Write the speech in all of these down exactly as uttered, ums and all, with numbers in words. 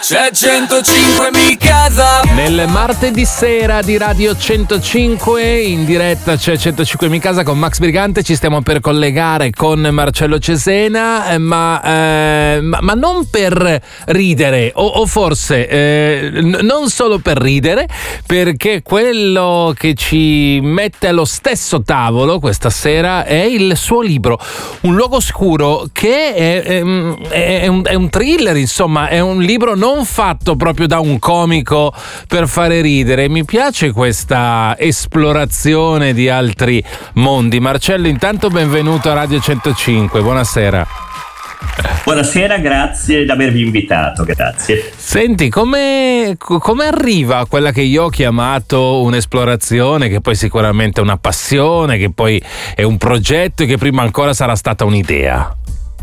C'è centocinque mi casa. Nel martedì sera di Radio centocinque in diretta c'è centocinque mi casa con Max Brigante. Ci stiamo per collegare con Marcello Cesena, eh, ma, eh, ma, ma non per ridere o, o forse eh, n- non solo per ridere, perché quello che ci mette allo stesso tavolo questa sera è il suo libro Un luogo scuro, che è, è, è, un, è un thriller, insomma è un libro non fatto proprio da un comico per fare ridere. Mi piace questa esplorazione di altri mondi. Marcello, intanto benvenuto a Radio centocinque, buonasera. Buonasera, grazie di avervi invitato, grazie. Senti, come, come arriva a quella che io ho chiamato un'esplorazione, che poi sicuramente è una passione, che poi è un progetto e che prima ancora sarà stata un'idea?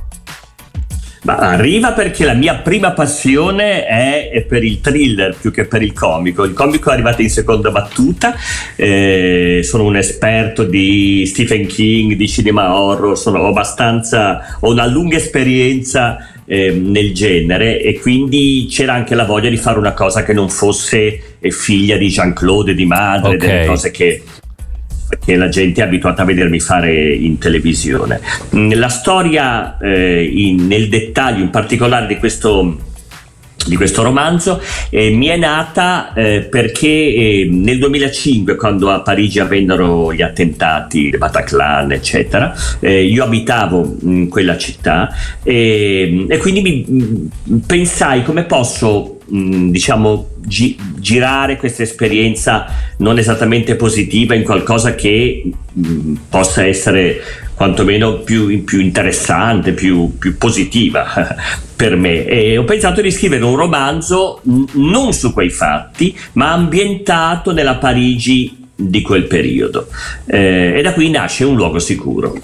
Ma arriva perché la mia prima passione è, è per il thriller più che per il comico. Il comico è arrivato in seconda battuta. Eh, sono un esperto di Stephen King, di cinema horror, sono abbastanza, ho una lunga esperienza eh, nel genere, e quindi c'era anche la voglia di fare una cosa che non fosse eh, figlia di Jean-Claude, di madre, okay, delle cose che che la gente è abituata a vedermi fare in televisione. La storia eh, in, nel dettaglio in particolare di questo di questo romanzo eh, mi è nata eh, perché eh, nel duemilacinque, quando a Parigi avvennero gli attentati, le Bataclan eccetera, eh, io abitavo in quella città e, e quindi mi pensai come posso mh, diciamo gi- girare questa esperienza non esattamente positiva in qualcosa che mh, possa essere quantomeno più, più interessante, più, più positiva per me, e ho pensato di scrivere un romanzo n- non su quei fatti, ma ambientato nella Parigi di quel periodo, eh, e da qui nasce Un luogo sicuro.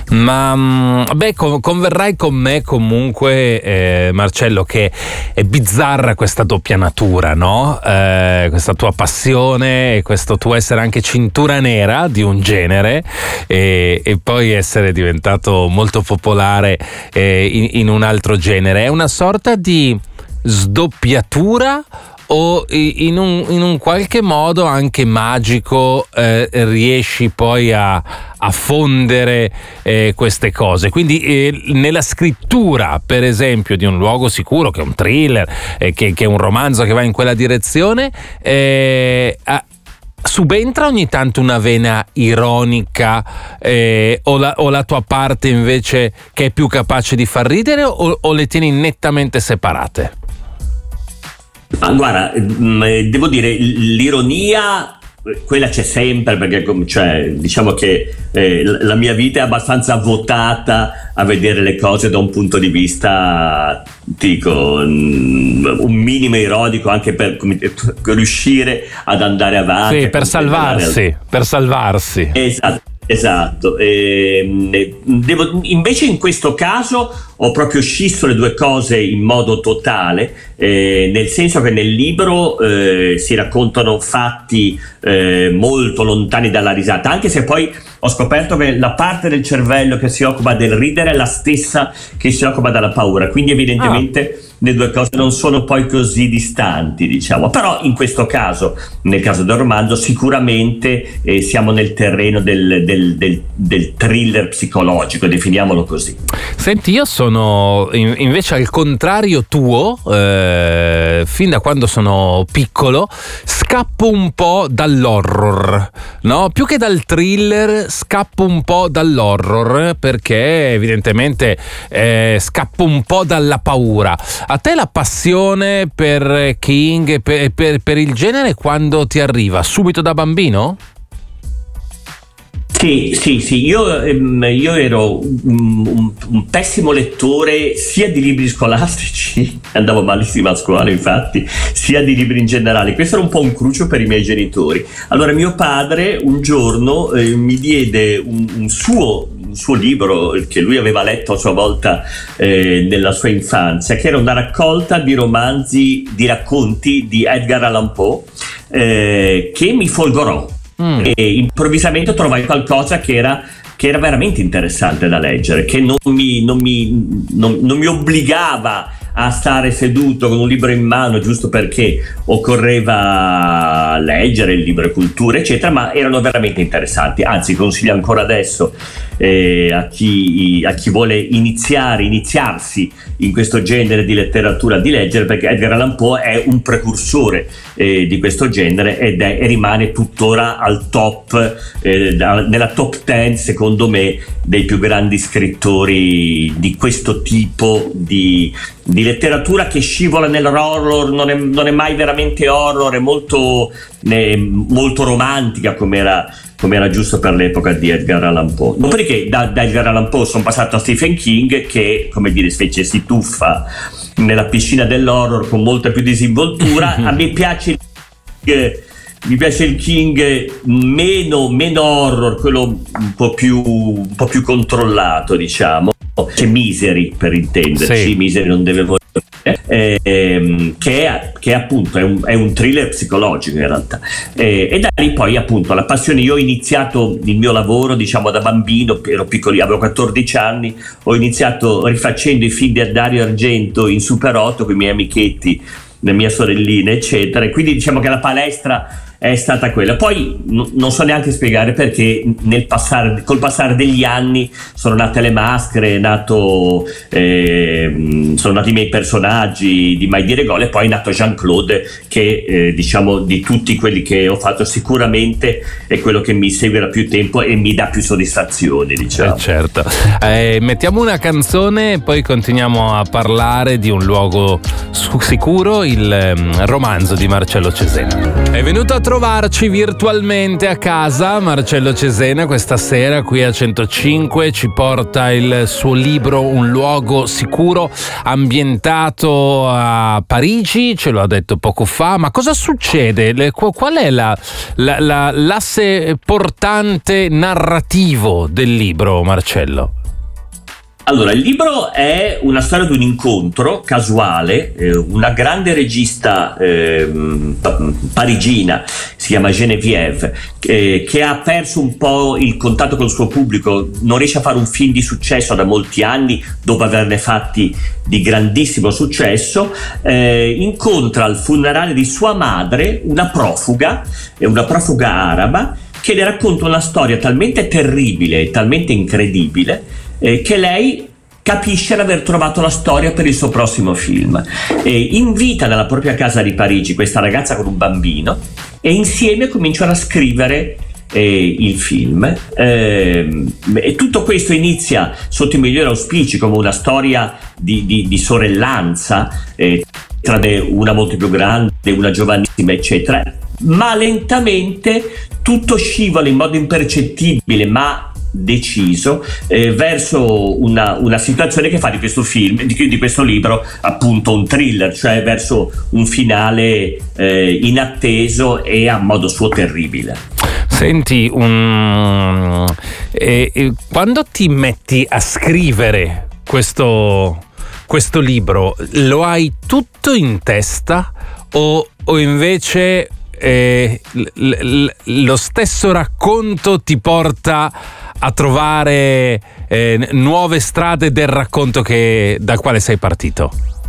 Ma beh, converrai con me comunque, eh, Marcello, che è bizzarra questa doppia natura, no? Eh, questa tua passione e questo tuo essere anche cintura nera di un genere, e, e poi essere diventato molto popolare eh, in, in un altro genere. È una sorta di sdoppiatura o in un, in un qualche modo anche magico eh, riesci poi a, a fondere eh, queste cose? Quindi eh, nella scrittura, per esempio, di Un luogo sicuro, che è un thriller, eh, che, che è un romanzo che va in quella direzione, eh, a, subentra ogni tanto una vena ironica, eh, o, la, o la tua parte invece che è più capace di far ridere, o, o le tieni nettamente separate? Ma guarda, devo dire, l'ironia quella c'è sempre, perché cioè, diciamo che eh, la mia vita è abbastanza votata a vedere le cose da un punto di vista, dico, un minimo ironico, anche per, per riuscire ad andare avanti. Sì, per salvarsi, per salvarsi. Esatto. Esatto, e, devo, invece in questo caso ho proprio scisso le due cose in modo totale, eh, nel senso che nel libro eh, si raccontano fatti eh, molto lontani dalla risata, anche se poi ho scoperto che la parte del cervello che si occupa del ridere è la stessa che si occupa della paura, quindi evidentemente ah. le due cose non sono poi così distanti, diciamo. Però in questo caso, nel caso del romanzo, sicuramente eh, siamo nel terreno del, del, del, del thriller psicologico, definiamolo così. Senti, io sono in, invece al contrario tuo, eh, fin da quando sono piccolo scappo un po' dall'horror, no? Più che dal thriller scappo un po' dall'horror, perché evidentemente eh, scappo un po' dalla paura. A te la passione per King e per, per, per il genere quando ti arriva? Subito da bambino? Sì, sì, sì, io, io ero un, un, un pessimo lettore sia di libri scolastici, andavo malissimo a scuola infatti, sia di libri in generale. Questo era un po' un cruccio per i miei genitori. Allora mio padre un giorno eh, mi diede un, un suo un suo libro che lui aveva letto a sua volta eh, nella sua infanzia, che era una raccolta di romanzi, di racconti di Edgar Allan Poe, eh, che mi folgorò. Mm. E improvvisamente trovai qualcosa che era che era veramente interessante da leggere, che non mi, non mi, non, non mi obbligava a stare seduto con un libro in mano giusto perché occorreva leggere il libro e cultura eccetera, ma erano veramente interessanti. Anzi, consiglio ancora adesso eh, a, chi, a chi vuole iniziare iniziarsi in questo genere di letteratura di leggere, perché Edgar Allan Poe è un precursore eh, di questo genere ed è, e rimane tuttora al top eh, nella top ten secondo me dei più grandi scrittori di questo tipo di di letteratura, che scivola nell'horror, non è, non è mai veramente horror, è molto, è molto romantica come era, come era giusto per l'epoca di Edgar Allan Poe. Dopodiché da, da Edgar Allan Poe sono passato a Stephen King, che come dire specie si tuffa nella piscina dell'horror con molta più disinvoltura. A me piace eh, mi piace il King meno, meno horror, quello un po' più, un po' più controllato, diciamo. C'è Misery, per intenderci, sì. Misery non deve volere, eh, che, è, che è appunto è un, è un thriller psicologico in realtà, eh, e da lì poi appunto la passione. Io ho iniziato il mio lavoro diciamo da bambino, ero piccolo, avevo quattordici anni, ho iniziato rifacendo i film di Dario Argento in Super otto con i miei amichetti, le mie sorelline eccetera, e quindi diciamo che la palestra è stata quella. Poi n- non so neanche spiegare perché nel passare, col passare degli anni sono nate le maschere, è nato, eh, sono nati i miei personaggi di Mai dire gol, e poi è nato Jean-Claude, che eh, diciamo di tutti quelli che ho fatto sicuramente è quello che mi segue da più tempo e mi dà più soddisfazioni, diciamo. Eh, certo. Eh, mettiamo una canzone e poi continuiamo a parlare di Un luogo sicuro, il eh, romanzo di Marcello Cesena. È venuto a trovarci virtualmente a casa Marcello Cesena questa sera qui a centocinque, ci porta il suo libro Un luogo sicuro, ambientato a Parigi, ce lo ha detto poco fa. Ma cosa succede? Qual è la, la, la, l'asse portante narrativo del libro, Marcello? Allora, il libro è una storia di un incontro casuale, eh, una grande regista eh, parigina, si chiama Geneviève, eh, che ha perso un po' il contatto col suo pubblico, non riesce a fare un film di successo da molti anni, dopo averne fatti di grandissimo successo, eh, incontra al funerale di sua madre una profuga, eh, una profuga araba, che le racconta una storia talmente terribile e talmente incredibile Eh, che lei capisce di aver trovato la storia per il suo prossimo film. Eh, invita nella propria casa di Parigi questa ragazza con un bambino e insieme cominciano a scrivere eh, il film. Eh, e tutto questo inizia sotto i migliori auspici come una storia di, di, di sorellanza eh, tra una molto più grande e una giovanissima eccetera, ma lentamente tutto scivola in modo impercettibile ma deciso eh, verso una, una situazione che fa di questo film, di, di questo libro appunto un thriller, cioè verso un finale eh, inatteso e a modo suo terribile. Senti, un... eh, eh, quando ti metti a scrivere questo, questo libro, lo hai tutto in testa o, o invece eh, l- l- lo stesso racconto ti porta a trovare eh, nuove strade del racconto che, dal quale sei partito?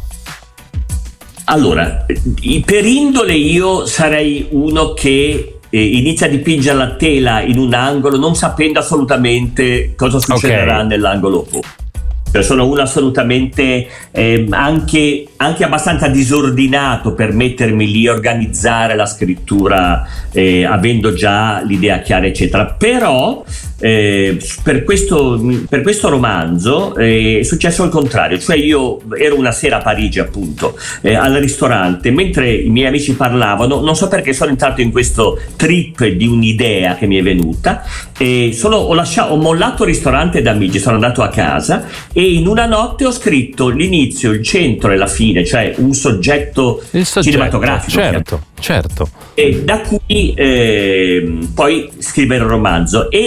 Allora, per indole io sarei uno che eh, inizia a dipingere la tela in un angolo non sapendo assolutamente cosa succederà okay. nell'angolo opposto. Cioè, sono uno assolutamente eh, anche, anche abbastanza disordinato per mettermi lì a organizzare la scrittura eh, avendo già l'idea chiara eccetera, però eh, per, questo, per questo romanzo eh, è successo il contrario, cioè io ero una sera a Parigi appunto eh, al ristorante, mentre i miei amici parlavano, non so perché sono entrato in questo trip di un'idea che mi è venuta e sono, ho, lasciato, ho mollato il ristorante da amici, sono andato a casa e in una notte ho scritto l'inizio, il centro e la fine, cioè un soggetto, il soggetto cinematografico. Certo, certo. E da cui eh, poi scrivere il romanzo. Ed è, se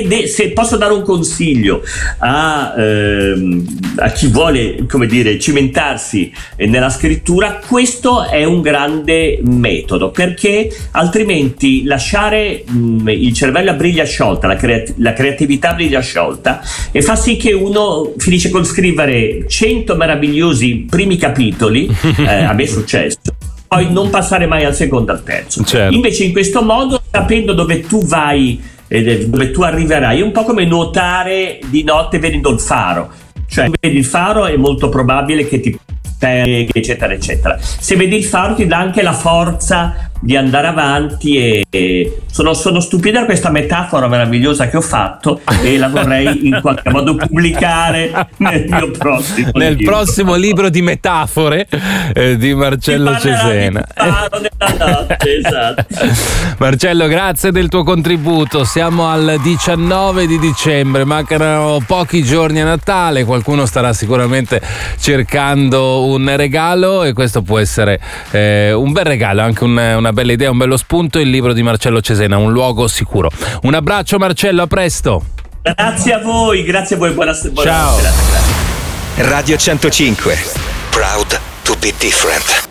se posso dare un consiglio a, ehm, a chi vuole, come dire, cimentarsi nella scrittura, questo è un grande metodo, perché altrimenti lasciare mh, il cervello a briglia sciolta, la, creat- la creatività a briglia sciolta, e fa sì che uno finisce con scrivere cento meravigliosi primi capitoli, eh, a me è successo, poi non passare mai al secondo, al terzo. Certo. Invece in questo modo, sapendo dove tu vai e dove tu arriverai, è un po' come nuotare di notte vedendo il faro, cioè vedi il faro è molto probabile che ti perdi, eccetera eccetera. Se vedi il faro ti dà anche la forza di andare avanti, e, e sono, sono stupida da questa metafora meravigliosa che ho fatto, e la vorrei in qualche modo pubblicare nel mio prossimo nel libro. prossimo libro di metafore eh, di Marcello Cesena. Notte, esatto. Marcello, grazie del tuo contributo. Siamo al diciannove di dicembre, mancano pochi giorni a Natale, qualcuno starà sicuramente cercando un regalo, e questo può essere eh, un bel regalo, anche un, una bella idea, un bello spunto, il libro di Marcello Cesena, Un luogo sicuro. Un abbraccio Marcello, a presto. Grazie a voi, grazie a voi, buonasera. Ciao. Buonasera. Radio centocinque, proud to be different.